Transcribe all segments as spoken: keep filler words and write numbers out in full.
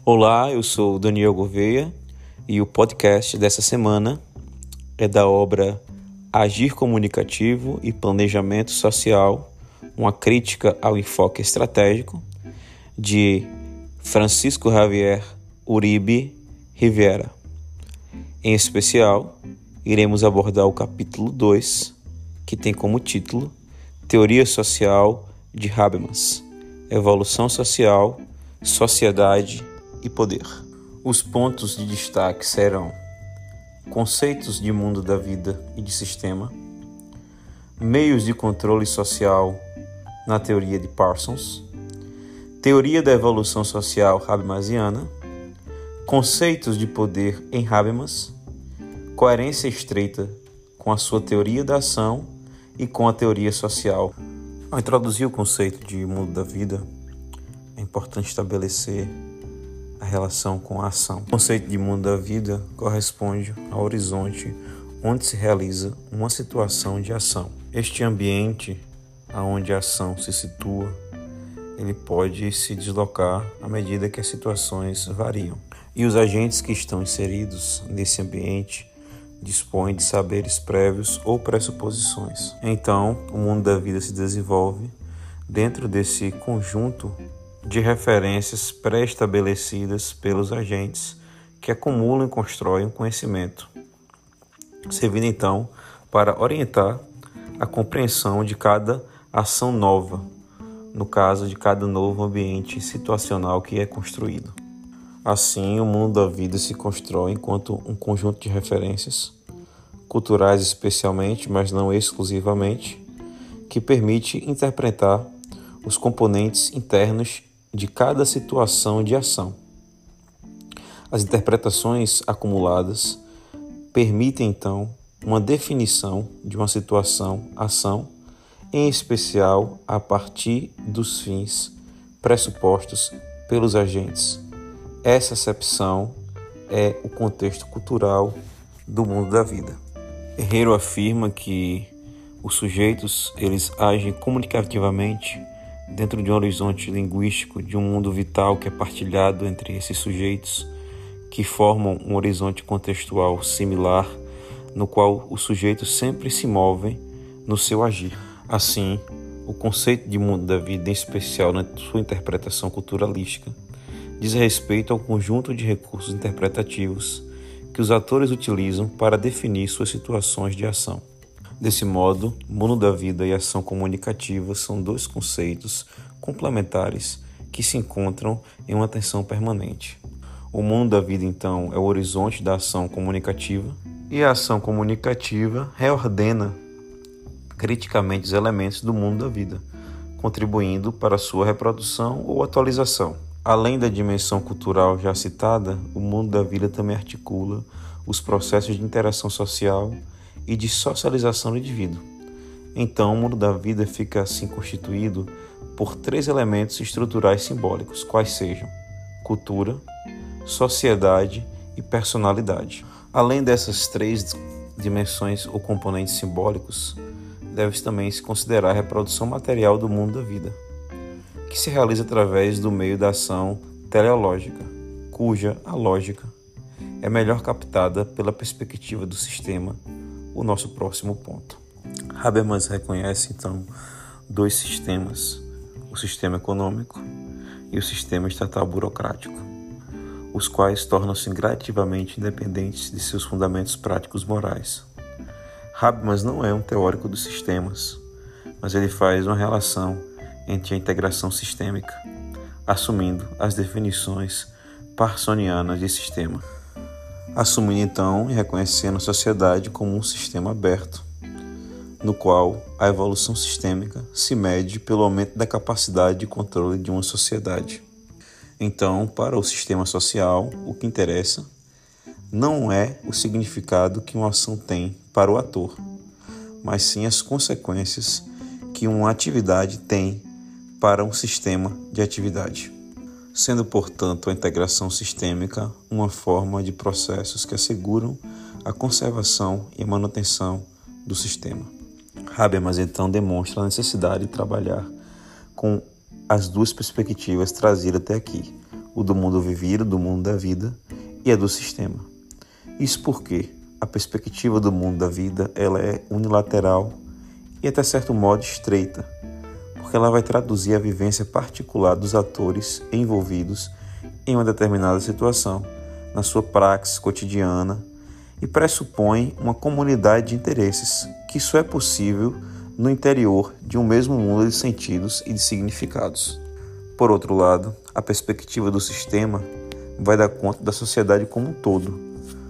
Olá, eu sou Daniel Gouveia e o podcast dessa semana é da obra Agir Comunicativo e Planejamento Social, uma crítica ao enfoque estratégico, de Francisco Javier Uribe Rivera. Em especial, iremos abordar o capítulo dois, que tem como título Teoria Social de Habermas, Evolução Social, Sociedade e Poder. Os pontos de destaque serão conceitos de mundo da vida e de sistema, meios de controle social na teoria de Parsons, teoria da evolução social habermasiana, conceitos de poder em Habermas, coerência estreita com a sua teoria da ação e com a teoria social. Ao introduzir o conceito de mundo da vida, é importante estabelecer a relação com a ação. O conceito de mundo da vida corresponde ao horizonte onde se realiza uma situação de ação. Este ambiente onde a ação se situa, ele pode se deslocar à medida que as situações variam. E os agentes que estão inseridos nesse ambiente dispõem de saberes prévios ou pressuposições. Então, o mundo da vida se desenvolve dentro desse conjunto de referências pré-estabelecidas pelos agentes que acumulam e constroem o conhecimento, servindo então para orientar a compreensão de cada ação nova, no caso de cada novo ambiente situacional que é construído. Assim, o mundo da vida se constrói enquanto um conjunto de referências, culturais especialmente, mas não exclusivamente, que permite interpretar os componentes internos de cada situação de ação. As interpretações acumuladas permitem, então, uma definição de uma situação-ação, em especial a partir dos fins pressupostos pelos agentes. Essa acepção é o contexto cultural do mundo da vida. Herrero afirma que os sujeitos eles agem comunicativamente dentro de um horizonte linguístico, de um mundo vital que é partilhado entre esses sujeitos, que formam um horizonte contextual similar, no qual os sujeitos sempre se movem no seu agir. Assim, o conceito de mundo da vida, em especial na sua interpretação culturalística, diz respeito ao conjunto de recursos interpretativos que os atores utilizam para definir suas situações de ação. Desse modo, mundo da vida e ação comunicativa são dois conceitos complementares que se encontram em uma tensão permanente. O mundo da vida, então, é o horizonte da ação comunicativa, e a ação comunicativa reordena criticamente os elementos do mundo da vida, contribuindo para a sua reprodução ou atualização. Além da dimensão cultural já citada, o mundo da vida também articula os processos de interação social e de socialização do indivíduo. Então, o mundo da vida fica assim constituído por três elementos estruturais simbólicos, quais sejam cultura, sociedade e personalidade. Além dessas três dimensões ou componentes simbólicos, deve-se também se considerar a reprodução material do mundo da vida, que se realiza através do meio da ação teleológica, cuja a lógica é melhor captada pela perspectiva do sistema, o nosso próximo ponto. Habermas reconhece, então, dois sistemas, o sistema econômico e o sistema estatal burocrático, os quais tornam-se gradativamente independentes de seus fundamentos práticos morais. Habermas não é um teórico dos sistemas, mas ele faz uma relação entre a integração sistêmica, assumindo as definições parsonianas de sistema. Assumindo então e reconhecendo a sociedade como um sistema aberto, no qual a evolução sistêmica se mede pelo aumento da capacidade de controle de uma sociedade. Então, para o sistema social, o que interessa não é o significado que uma ação tem para o ator, mas sim as consequências que uma atividade tem para um sistema de atividade, sendo, portanto, a integração sistêmica uma forma de processos que asseguram a conservação e a manutenção do sistema. Habermas, então, demonstra a necessidade de trabalhar com as duas perspectivas trazidas até aqui, o do mundo vivido, do mundo da vida, e a do sistema. Isso porque a perspectiva do mundo da vida ela é unilateral e até certo modo estreita, porque ela vai traduzir a vivência particular dos atores envolvidos em uma determinada situação, na sua praxis cotidiana, e pressupõe uma comunidade de interesses, que só é possível no interior de um mesmo mundo de sentidos e de significados. Por outro lado, a perspectiva do sistema vai dar conta da sociedade como um todo,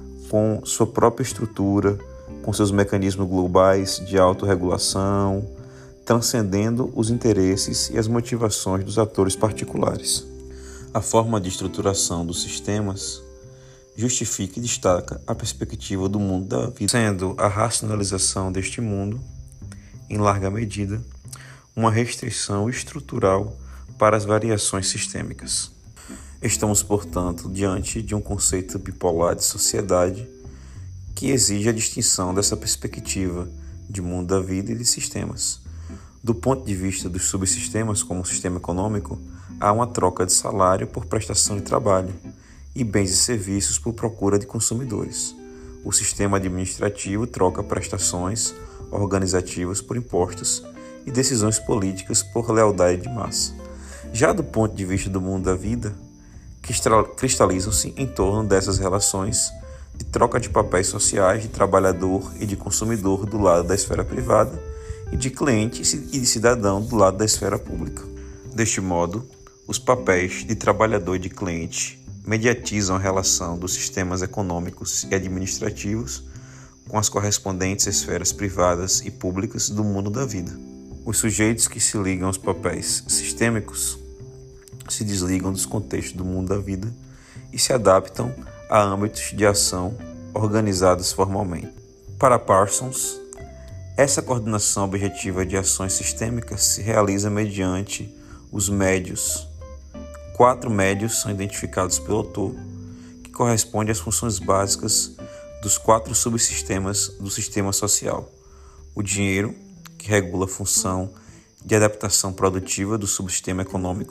com sua própria estrutura, com seus mecanismos globais de autorregulação, transcendendo os interesses e as motivações dos atores particulares. A forma de estruturação dos sistemas justifica e destaca a perspectiva do mundo da vida, sendo a racionalização deste mundo, em larga medida, uma restrição estrutural para as variações sistêmicas. Estamos, portanto, diante de um conceito bipolar de sociedade que exige a distinção dessa perspectiva de mundo da vida e de sistemas. Do ponto de vista dos subsistemas, como o sistema econômico, há uma troca de salário por prestação de trabalho e bens e serviços por procura de consumidores. O sistema administrativo troca prestações organizativas por impostos e decisões políticas por lealdade de massa. Já do ponto de vista do mundo da vida, cristalizam-se em torno dessas relações de troca de papéis sociais de trabalhador e de consumidor do lado da esfera privada e de cliente e de cidadão do lado da esfera pública. Deste modo, os papéis de trabalhador e de cliente mediatizam a relação dos sistemas econômicos e administrativos com as correspondentes esferas privadas e públicas do mundo da vida. Os sujeitos que se ligam aos papéis sistêmicos se desligam dos contextos do mundo da vida e se adaptam a âmbitos de ação organizados formalmente. Para Parsons, essa coordenação objetiva de ações sistêmicas se realiza mediante os médios. Quatro médios são identificados pelo autor, que correspondem às funções básicas dos quatro subsistemas do sistema social. O dinheiro, que regula a função de adaptação produtiva do subsistema econômico.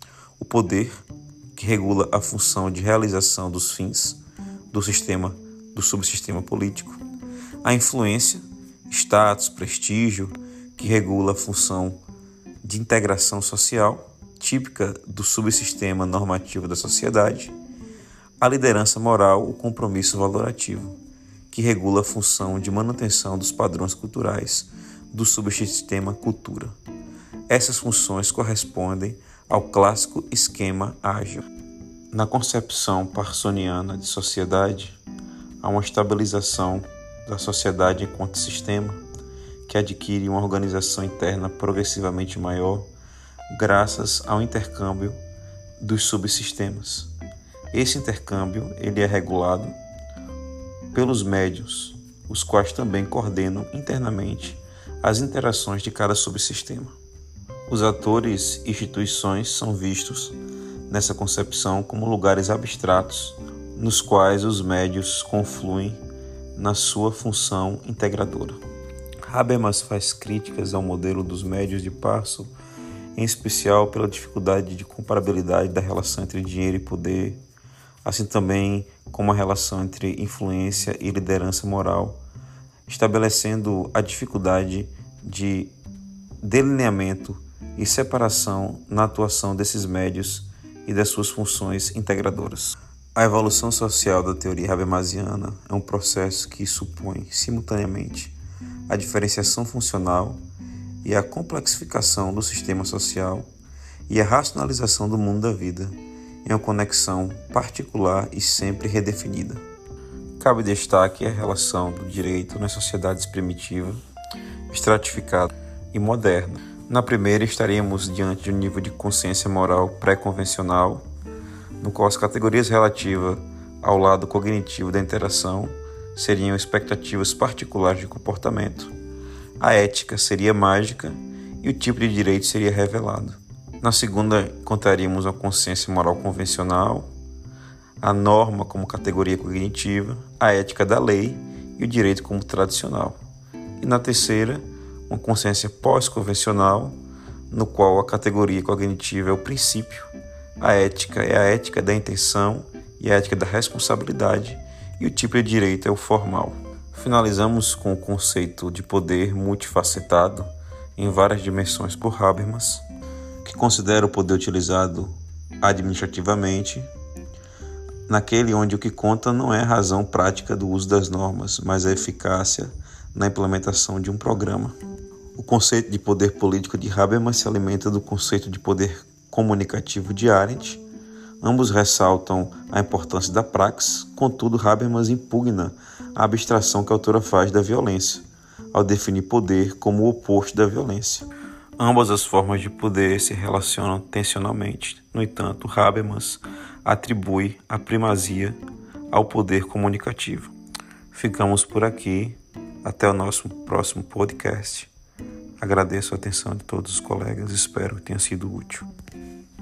O poder, que regula a função de realização dos fins do sistema do subsistema político. A influência, status, prestígio, que regula a função de integração social, típica do subsistema normativo da sociedade. A liderança moral, o compromisso valorativo, que regula a função de manutenção dos padrões culturais do subsistema cultura. Essas funções correspondem ao clássico esquema ágil. Na concepção parsoniana de sociedade, há uma estabilização da sociedade enquanto sistema, que adquire uma organização interna progressivamente maior, graças ao intercâmbio dos subsistemas. Esse intercâmbio ele é regulado pelos médios, os quais também coordenam internamente as interações de cada subsistema. Os atores e instituições são vistos nessa concepção como lugares abstratos nos quais os médios confluem na sua função integradora. Habermas faz críticas ao modelo dos médios de Parsons, em especial pela dificuldade de comparabilidade da relação entre dinheiro e poder, assim também como a relação entre influência e liderança moral, estabelecendo a dificuldade de delineamento e separação na atuação desses médios e das suas funções integradoras. A evolução social da teoria habermasiana é um processo que supõe, simultaneamente, a diferenciação funcional e a complexificação do sistema social e a racionalização do mundo da vida em uma conexão particular e sempre redefinida. Cabe destaque a relação do direito nas sociedades primitiva, estratificada e moderna. Na primeira, estaríamos diante de um nível de consciência moral pré-convencional, no qual as categorias relativas ao lado cognitivo da interação seriam expectativas particulares de comportamento. A ética seria mágica e o tipo de direito seria revelado. Na segunda, contaríamos a consciência moral convencional, a norma como categoria cognitiva, a ética da lei e o direito como tradicional. E na terceira, uma consciência pós-convencional, no qual a categoria cognitiva é o princípio A ética é a ética da intenção e a ética da responsabilidade, e o tipo de direito é o formal. Finalizamos com o conceito de poder multifacetado em várias dimensões por Habermas, que considera o poder utilizado administrativamente, naquele onde o que conta não é a razão prática do uso das normas, mas a eficácia na implementação de um programa. O conceito de poder político de Habermas se alimenta do conceito de poder comunicativo de Arendt. Ambos ressaltam a importância da praxis, contudo Habermas impugna a abstração que a autora faz da violência, ao definir poder como o oposto da violência. Ambas as formas de poder se relacionam tensionalmente. No entanto, Habermas atribui a primazia ao poder comunicativo. Ficamos por aqui. Até o nosso próximo podcast. Agradeço a atenção de todos os colegas. Espero que tenha sido útil.